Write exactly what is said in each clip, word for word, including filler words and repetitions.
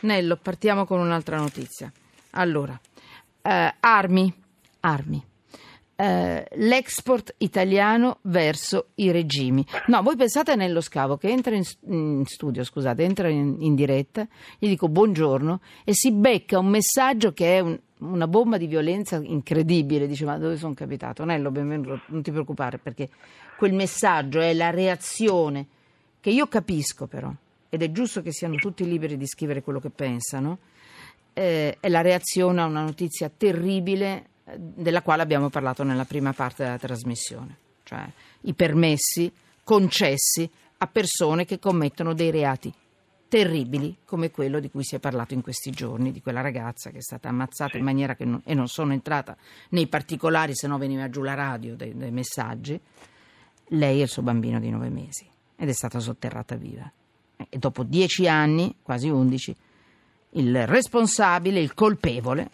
Nello, partiamo con un'altra notizia. Allora, eh, armi, armi. Uh, l'export italiano verso i regimi. No, voi pensate a Nello Scavo che entra in, in studio, scusate, entra in, in diretta, gli dico buongiorno e si becca un messaggio che è un, una bomba di violenza incredibile. Dice: ma dove sono capitato? Nello, benvenuto, non ti preoccupare, perché quel messaggio è la reazione che io capisco, però, ed è giusto che siano tutti liberi di scrivere quello che pensano, eh, è la reazione a una notizia terribile della quale abbiamo parlato nella prima parte della trasmissione, cioè i permessi concessi a persone che commettono dei reati terribili come quello di cui si è parlato in questi giorni, di quella ragazza che è stata ammazzata sì. in maniera che non, e non sono entrata nei particolari, se no veniva giù la radio dei, dei messaggi, lei e il suo bambino di nove mesi, ed è stata sotterrata viva. E dopo dieci anni, quasi undici, il responsabile, il colpevole,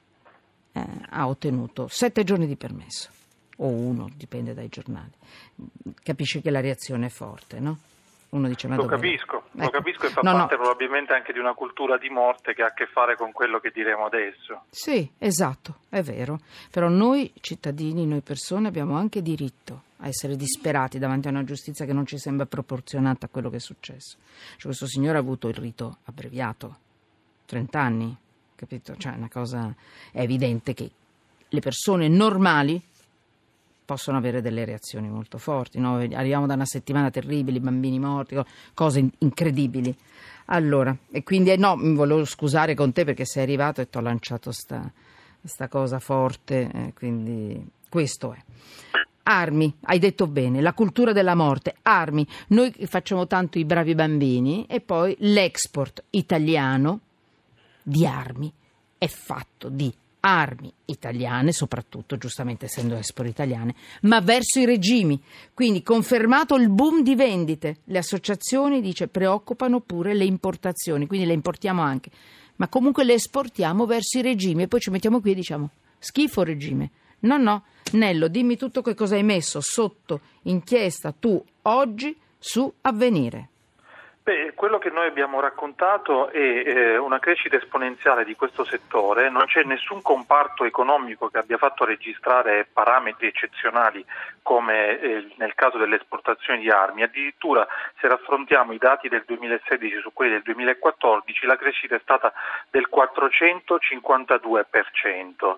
Eh, ha ottenuto sette giorni di permesso, o uno, dipende dai giornali. Capisce che la reazione è forte, no? Uno dice: ma lo dov'è? capisco, Ecco. lo capisco e fa no, parte no. probabilmente anche di una cultura di morte che ha a che fare con quello che diremo adesso. Sì, esatto, è vero. Però noi cittadini, noi persone, abbiamo anche diritto a essere disperati davanti a una giustizia che non ci sembra proporzionata a quello che è successo. Cioè, questo signore ha avuto il rito abbreviato, trenta anni. Capito? Cioè, una cosa, è evidente che le persone normali possono avere delle reazioni molto forti, no? Arriviamo da una settimana terribile, bambini morti, cose incredibili. Allora, e quindi no, mi volevo scusare con te perché sei arrivato e ti ho lanciato sta, sta cosa forte, eh, quindi questo è. Armi, hai detto bene, la cultura della morte, armi. Noi facciamo tanto i bravi bambini e poi l'export italiano di armi è fatto di armi italiane, soprattutto, giustamente essendo export italiane, ma verso i regimi. Quindi confermato il boom di vendite. Le associazioni, dice, preoccupano pure le importazioni, quindi le importiamo anche, ma comunque le esportiamo verso i regimi e poi ci mettiamo qui e diciamo: schifo regime. No, no, Nello, dimmi tutto che cosa hai messo sotto inchiesta tu oggi su Avvenire. Beh, quello che noi abbiamo raccontato è eh, una crescita esponenziale di questo settore. Non c'è nessun comparto economico che abbia fatto registrare parametri eccezionali come eh, nel caso delle esportazioni di armi. Addirittura, se raffrontiamo i dati del duemilasedici su quelli del duemilaquattordici, la crescita è stata del quattrocentocinquantadue per cento.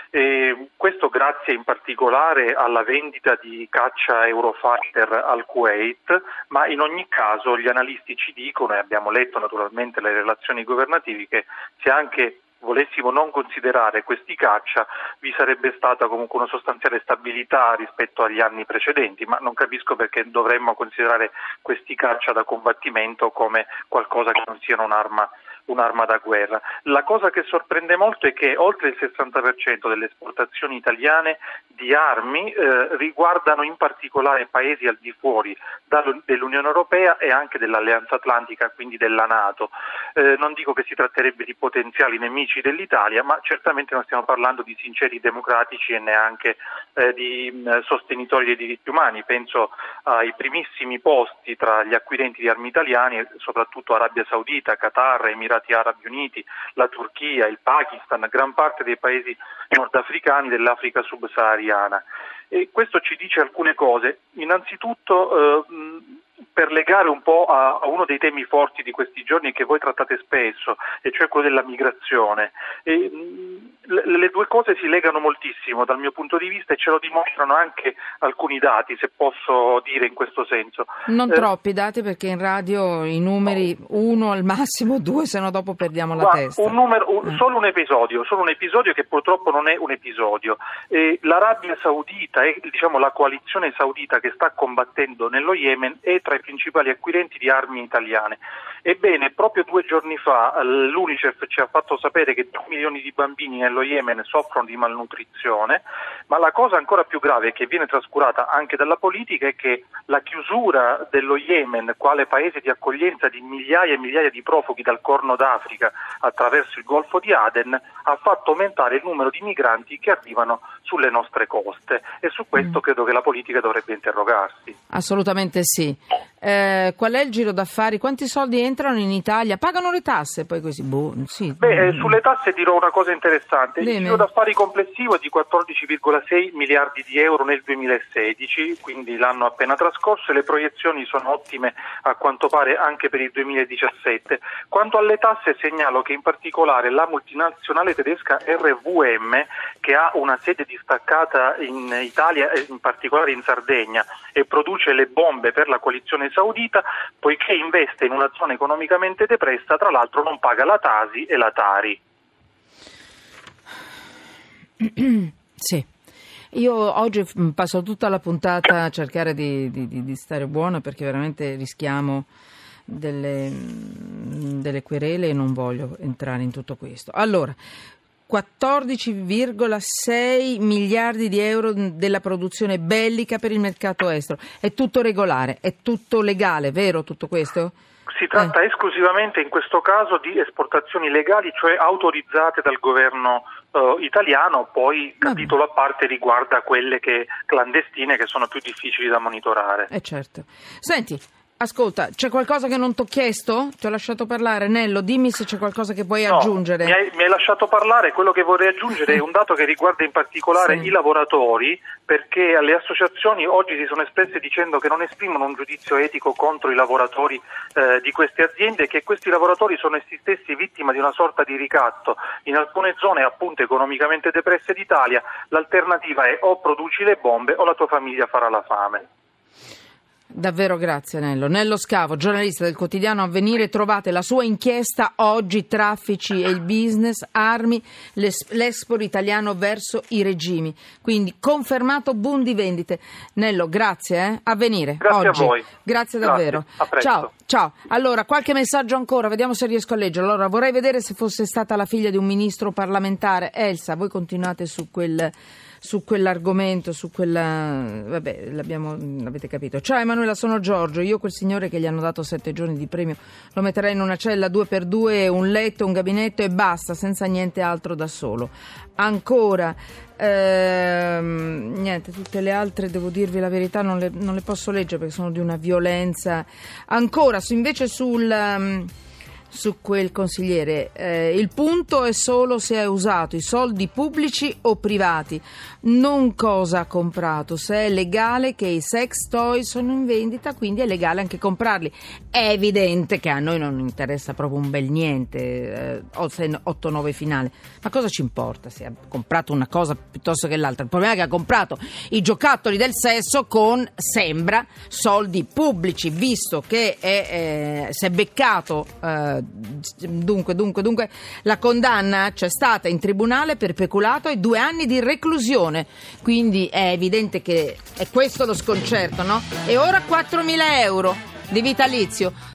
E questo grazie in particolare alla vendita di caccia Eurofighter al Kuwait, ma in ogni caso gli analisti ci dicono, e abbiamo letto naturalmente le relazioni governative, che se anche volessimo non considerare questi caccia vi sarebbe stata comunque una sostanziale stabilità rispetto agli anni precedenti, ma non capisco perché dovremmo considerare questi caccia da combattimento come qualcosa che non siano un'arma un'arma da guerra. La cosa che sorprende molto è che oltre il sessanta per cento delle esportazioni italiane di armi eh, riguardano in particolare paesi al di fuori dell'Unione Europea e anche dell'Alleanza Atlantica, quindi della NATO. Eh, non dico che si tratterebbe di potenziali nemici dell'Italia, ma certamente non stiamo parlando di sinceri democratici e neanche eh, di mh, sostenitori dei diritti umani. Penso ai primissimi posti tra gli acquirenti di armi italiani, soprattutto Arabia Saudita, Qatar, Emirati Arabi Uniti, la Turchia, il Pakistan, gran parte dei paesi nordafricani dell'Africa subsahariana. E questo ci dice alcune cose. Innanzitutto, eh, per legare un po' a, a uno dei temi forti di questi giorni che voi trattate spesso, e cioè quello della migrazione. E, le, le due cose si legano moltissimo dal mio punto di vista e ce lo dimostrano anche alcuni dati, se posso dire in questo senso. Non eh, troppi dati, perché in radio i numeri uno al massimo, due, se no dopo perdiamo la Guarda, testa. Un numero, un, eh. Solo un episodio, solo un episodio che purtroppo non è un episodio. Eh, L'Arabia Saudita e diciamo la coalizione saudita che sta combattendo nello Yemen è tra i principali acquirenti di armi italiane. Ebbene, proprio due giorni fa l'UNICEF ci ha fatto sapere che due milioni di bambini nello Yemen soffrono di malnutrizione, ma la cosa ancora più grave, che viene trascurata anche dalla politica, è che la chiusura dello Yemen, quale paese di accoglienza di migliaia e migliaia di profughi dal Corno d'Africa attraverso il Golfo di Aden, ha fatto aumentare il numero di migranti che arrivano sulle nostre coste, e su questo mm. credo che la politica dovrebbe interrogarsi. Assolutamente sì. Eh, qual è il giro d'affari? Quanti soldi entrano in Italia? Pagano le tasse? Poi così, boh, sì. Beh, eh, sulle tasse dirò una cosa interessante. Dimmi. Il giro d'affari complessivo è di quattordici virgola sei miliardi di euro nel duemilasedici, quindi l'anno appena trascorso, e le proiezioni sono ottime a quanto pare anche per il duemiladiciassette. Quanto alle tasse segnalo che in particolare la multinazionale tedesca R V M, che ha una sede distaccata in Italia e in particolare in Sardegna e produce le bombe per la coalizione saudita, poiché investe in una zona economicamente depressa, tra l'altro non paga la Tasi e la Tari. Sì. Io oggi passo tutta la puntata a cercare di, di, di stare buona, perché veramente rischiamo delle, delle querele e non voglio entrare in tutto questo. Allora, quattordici virgola sei miliardi di euro della produzione bellica per il mercato estero. È tutto regolare, è tutto legale, vero tutto questo? Si tratta eh. esclusivamente in questo caso di esportazioni legali, cioè autorizzate dal governo uh, italiano, poi capitolo a parte riguarda quelle che clandestine, che sono più difficili da monitorare. Eh certo. Senti, ascolta, c'è qualcosa che non t'ho chiesto? Ti ho lasciato parlare, Nello, dimmi se c'è qualcosa che puoi no, aggiungere. Mi hai, mi hai lasciato parlare. Quello che vorrei aggiungere è un dato che riguarda in particolare sì. i lavoratori, perché le associazioni oggi si sono espresse dicendo che non esprimono un giudizio etico contro i lavoratori eh, di queste aziende, e che questi lavoratori sono essi stessi vittima di una sorta di ricatto. In alcune zone appunto economicamente depresse d'Italia l'alternativa è o produci le bombe o la tua famiglia farà la fame. Davvero grazie Nello. Nello Scavo, giornalista del quotidiano Avvenire, trovate la sua inchiesta oggi, traffici e il business, armi, l'export italiano verso i regimi. Quindi confermato boom di vendite. Nello, grazie, eh? Avvenire, grazie oggi. a voi. Grazie davvero. Grazie. A presto. Ciao, ciao. Allora, qualche messaggio ancora, vediamo se riesco a leggere. Allora, vorrei vedere se fosse stata la figlia di un ministro parlamentare. Elsa, voi continuate su quel... su quell'argomento, su quella... vabbè, l'abbiamo, l'avete capito. Ciao Emanuela, sono Giorgio. Io quel signore che gli hanno dato sette giorni di premio lo metterei in una cella due per due, un letto, un gabinetto e basta, senza niente altro da solo. Ancora, ehm, niente, tutte le altre, devo dirvi la verità, non le, non le posso leggere perché sono di una violenza. Ancora, su, invece sul... Um, su quel consigliere, eh, il punto è solo se hai usato i soldi pubblici o privati, non cosa ha comprato, se è legale che i sex toy sono in vendita, quindi è legale anche comprarli. È evidente che a noi non interessa proprio un bel niente, eh, otto nove finale, ma cosa ci importa se ha comprato una cosa piuttosto che l'altra? Il problema è che ha comprato i giocattoli del sesso con, sembra, soldi pubblici, visto che è, eh, si è beccato eh, Dunque, dunque, dunque, la condanna c'è stata in tribunale per peculato e due anni di reclusione. Quindi è evidente che è questo lo sconcerto, no? E ora quattromila euro di vitalizio.